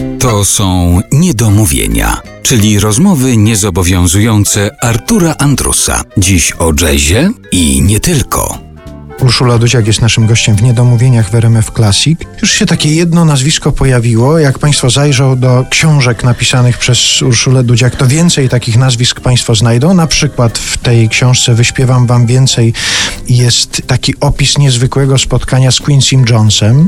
To są niedomówienia, czyli rozmowy niezobowiązujące Artura Andrusa. Dziś o dżezie i nie tylko. Urszula Dudziak jest naszym gościem w Niedomówieniach w RMF Classic. Już się takie jedno nazwisko pojawiło. Jak Państwo zajrzą do książek napisanych przez Urszulę Dudziak, to więcej takich nazwisk Państwo znajdą. Na przykład w tej książce Wyśpiewam Wam więcej jest taki opis niezwykłego spotkania z Quincy Jonesem.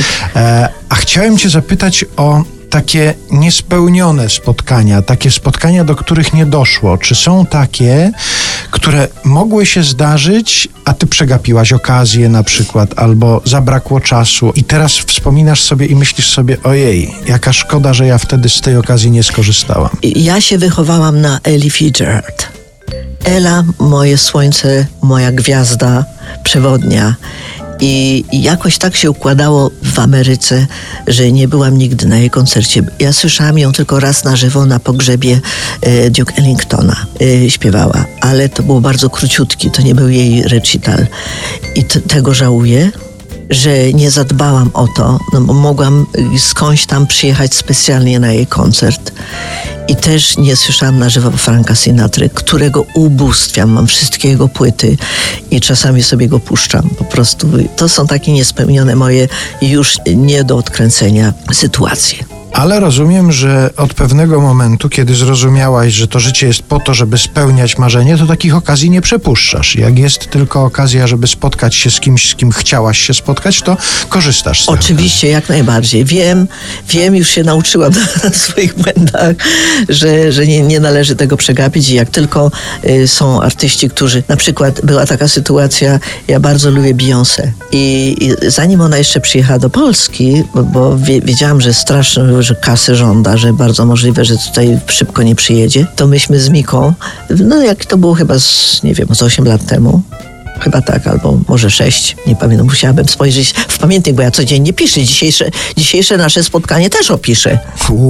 A chciałem Cię zapytać o takie niespełnione spotkania, takie spotkania, do których nie doszło. Czy są takie, które mogły się zdarzyć, a ty przegapiłaś okazję na przykład, albo zabrakło czasu i teraz wspominasz sobie i myślisz sobie, ojej, jaka szkoda, że ja wtedy z tej okazji nie skorzystałam. Ja się wychowałam na Ellie Fitzgerald. Ela, moje słońce, moja gwiazda przewodnia. I jakoś tak się układało w Ameryce, że nie byłam nigdy na jej koncercie. Ja słyszałam ją tylko raz na żywo na pogrzebie Duke Ellingtona. Śpiewała, ale to było bardzo króciutki, to nie był jej recital. I tego żałuję, że nie zadbałam o to. No, bo mogłam skądś tam przyjechać specjalnie na jej koncert. I też nie słyszałam na żywo Franka Sinatry, którego ubóstwiam. Mam wszystkie jego płyty i czasami sobie go puszczam. Po prostu to są takie niespełnione moje już nie do odkręcenia sytuacje. Ale rozumiem, że od pewnego momentu, kiedy zrozumiałaś, że to życie jest po to, żeby spełniać marzenie, to takich okazji nie przepuszczasz. Jak jest tylko okazja, żeby spotkać się z kimś, z kim chciałaś się spotkać, to korzystasz z tego. Oczywiście, jak najbardziej. Wiem, już się nauczyłam na swoich błędach, że nie należy tego przegapić i jak tylko są artyści, którzy... Na przykład była taka sytuacja, ja bardzo lubię Beyoncé i zanim ona jeszcze przyjechała do Polski, bo wiedziałam, że strasznie, że kasy żąda, że bardzo możliwe, że tutaj szybko nie przyjedzie, to myśmy z Miką, no jak to było chyba z 8 lat temu, chyba tak, albo może 6, nie pamiętam, musiałabym spojrzeć w pamiętnik, bo ja codziennie piszę. Dzisiejsze nasze spotkanie też opiszę.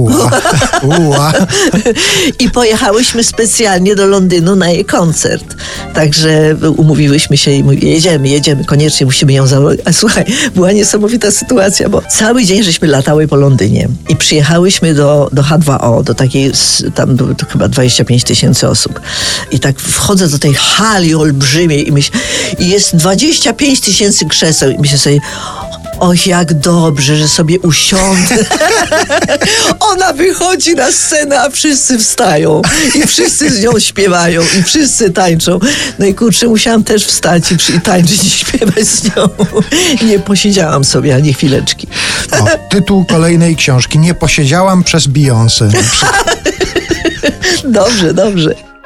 I pojechałyśmy specjalnie do Londynu na jej koncert. Także umówiłyśmy się i jedziemy, koniecznie musimy ją zawołać. A słuchaj, była niesamowita sytuacja, bo cały dzień żeśmy latały po Londynie i przyjechałyśmy do H2O, do takiej, tam to chyba 25 000 osób. I tak wchodzę do tej hali olbrzymiej i myślę, i jest 25 000 krzeseł i myślę sobie, och, jak dobrze, że sobie usiądę. Ona wychodzi na scenę, a wszyscy wstają i wszyscy z nią śpiewają i wszyscy tańczą. No i kurczę, musiałam też wstać i tańczyć i śpiewać z nią. Nie posiedziałam sobie ani chwileczki. O, tytuł kolejnej książki. Nie posiedziałam przez Beyoncé. Dobrze.